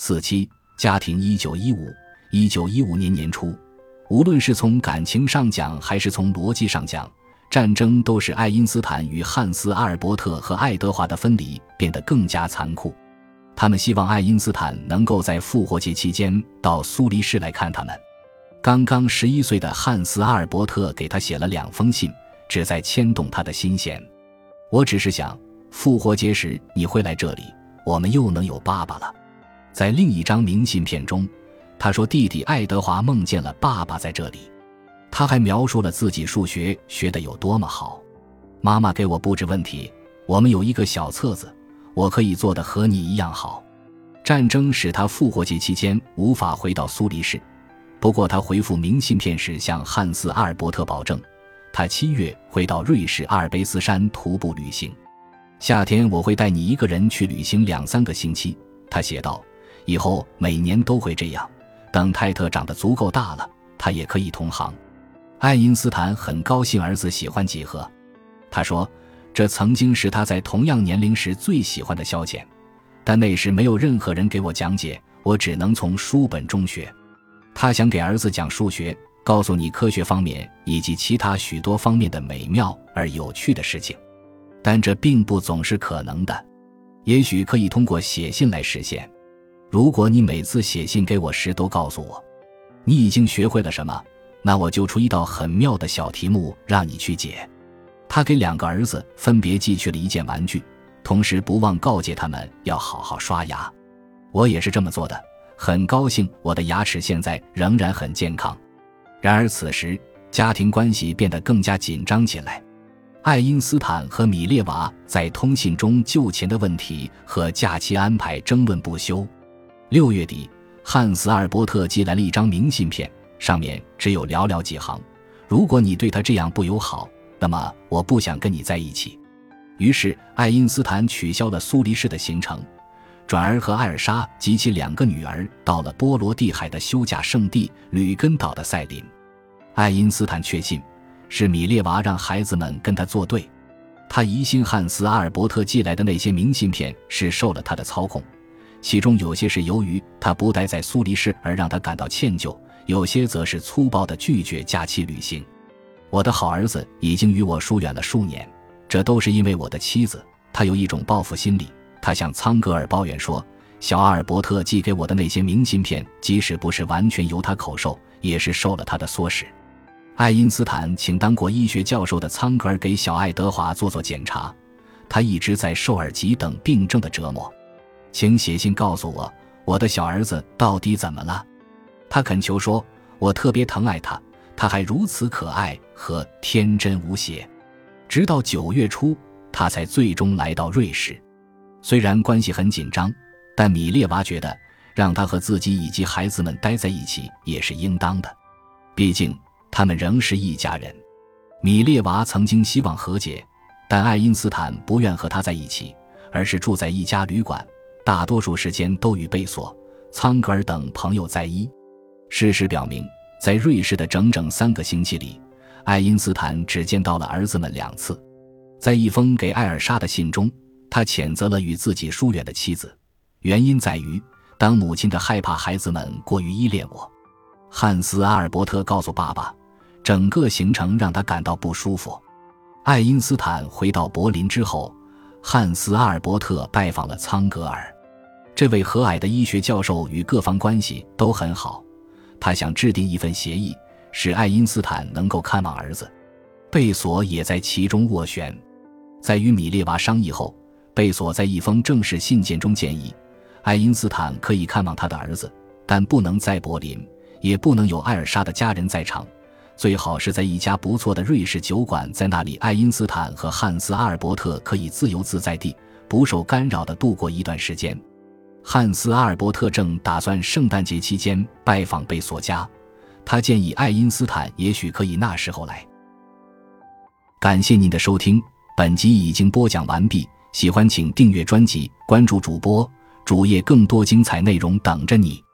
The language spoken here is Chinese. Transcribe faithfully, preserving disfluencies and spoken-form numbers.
四期家庭一九一五一九一五年年初，无论是从感情上讲还是从逻辑上讲，战争都使爱因斯坦与汉斯·阿尔伯特和爱德华的分离变得更加残酷。他们希望爱因斯坦能够在复活节期间到苏黎世来看他们。刚刚十一岁的汉斯·阿尔伯特给他写了两封信，旨在牵动他的心弦。我只是想，复活节时你会来这里，我们又能有爸爸了。在另一张明信片中，他说弟弟爱德华梦见了爸爸在这里。他还描述了自己数学学得有多么好。妈妈给我布置问题，我们有一个小册子，我可以做得和你一样好。战争使他复活节期间无法回到苏黎世，不过他回复明信片时向汉斯·阿尔伯特保证，他七月会到瑞士阿尔卑斯山徒步旅行。夏天我会带你一个人去旅行两三个星期，他写道，以后每年都会这样，等泰特长得足够大了，他也可以同行。爱因斯坦很高兴儿子喜欢几何，他说这曾经是他在同样年龄时最喜欢的消遣，但那时没有任何人给我讲解，我只能从书本中学。他想给儿子讲数学，告诉你科学方面以及其他许多方面的美妙而有趣的事情，但这并不总是可能的，也许可以通过写信来实现。如果你每次写信给我时都告诉我你已经学会了什么，那我就出一道很妙的小题目让你去解。他给两个儿子分别寄去了一件玩具，同时不忘告诫他们要好好刷牙。我也是这么做的，很高兴我的牙齿现在仍然很健康。然而此时家庭关系变得更加紧张起来。爱因斯坦和米列娃在通信中就钱的问题和假期安排争论不休。六月底，汉斯·阿尔伯特寄来了一张明信片，上面只有寥寥几行，如果你对他这样不友好，那么我不想跟你在一起。于是爱因斯坦取消了苏黎世的行程，转而和艾尔莎及其两个女儿到了波罗的海的休假胜地吕根岛的塞林。爱因斯坦确信是米列娃让孩子们跟他作对，他疑心汉斯·阿尔伯特寄来的那些明信片是受了他的操控，其中有些是由于他不待在苏黎世而让他感到歉疚，有些则是粗暴地拒绝假期旅行。我的好儿子已经与我疏远了数年，这都是因为我的妻子，她有一种报复心理。他向苍格尔抱怨说，小阿尔伯特寄给我的那些明信片，即使不是完全由他口授，也是受了他的唆使。爱因斯坦请当过医学教授的苍格尔给小爱德华做做检查，他一直在受耳疾等病症的折磨。请写信告诉我，我的小儿子到底怎么了？他恳求说，我特别疼爱他，他还如此可爱和天真无邪。直到九月初，他才最终来到瑞士。虽然关系很紧张，但米列娃觉得让他和自己以及孩子们待在一起也是应当的，毕竟他们仍是一家人。米列娃曾经希望和解，但爱因斯坦不愿和他在一起，而是住在一家旅馆，大多数时间都与贝索、苍格尔等朋友在一。事实表明，在瑞士的整整三个星期里，爱因斯坦只见到了儿子们两次。在一封给艾尔莎的信中，他谴责了与自己疏远的妻子，原因在于当母亲的害怕孩子们过于依恋我。汉斯·阿尔伯特告诉爸爸，整个行程让他感到不舒服。爱因斯坦回到柏林之后，汉斯·阿尔伯特拜访了苍格尔。这位和蔼的医学教授与各方关系都很好，他想制定一份协议，使爱因斯坦能够看望儿子。贝索也在其中斡旋。在与米列娃商议后，贝索在一封正式信件中建议，爱因斯坦可以看望他的儿子，但不能在柏林，也不能有艾尔莎的家人在场，最好是在一家不错的瑞士酒馆，在那里爱因斯坦和汉斯·阿尔伯特可以自由自在地不受干扰地度过一段时间。汉斯·阿尔伯特正打算圣诞节期间拜访贝索家，他建议爱因斯坦也许可以那时候来。感谢您的收听，本集已经播讲完毕，喜欢请订阅专辑，关注主播，主页更多精彩内容等着你。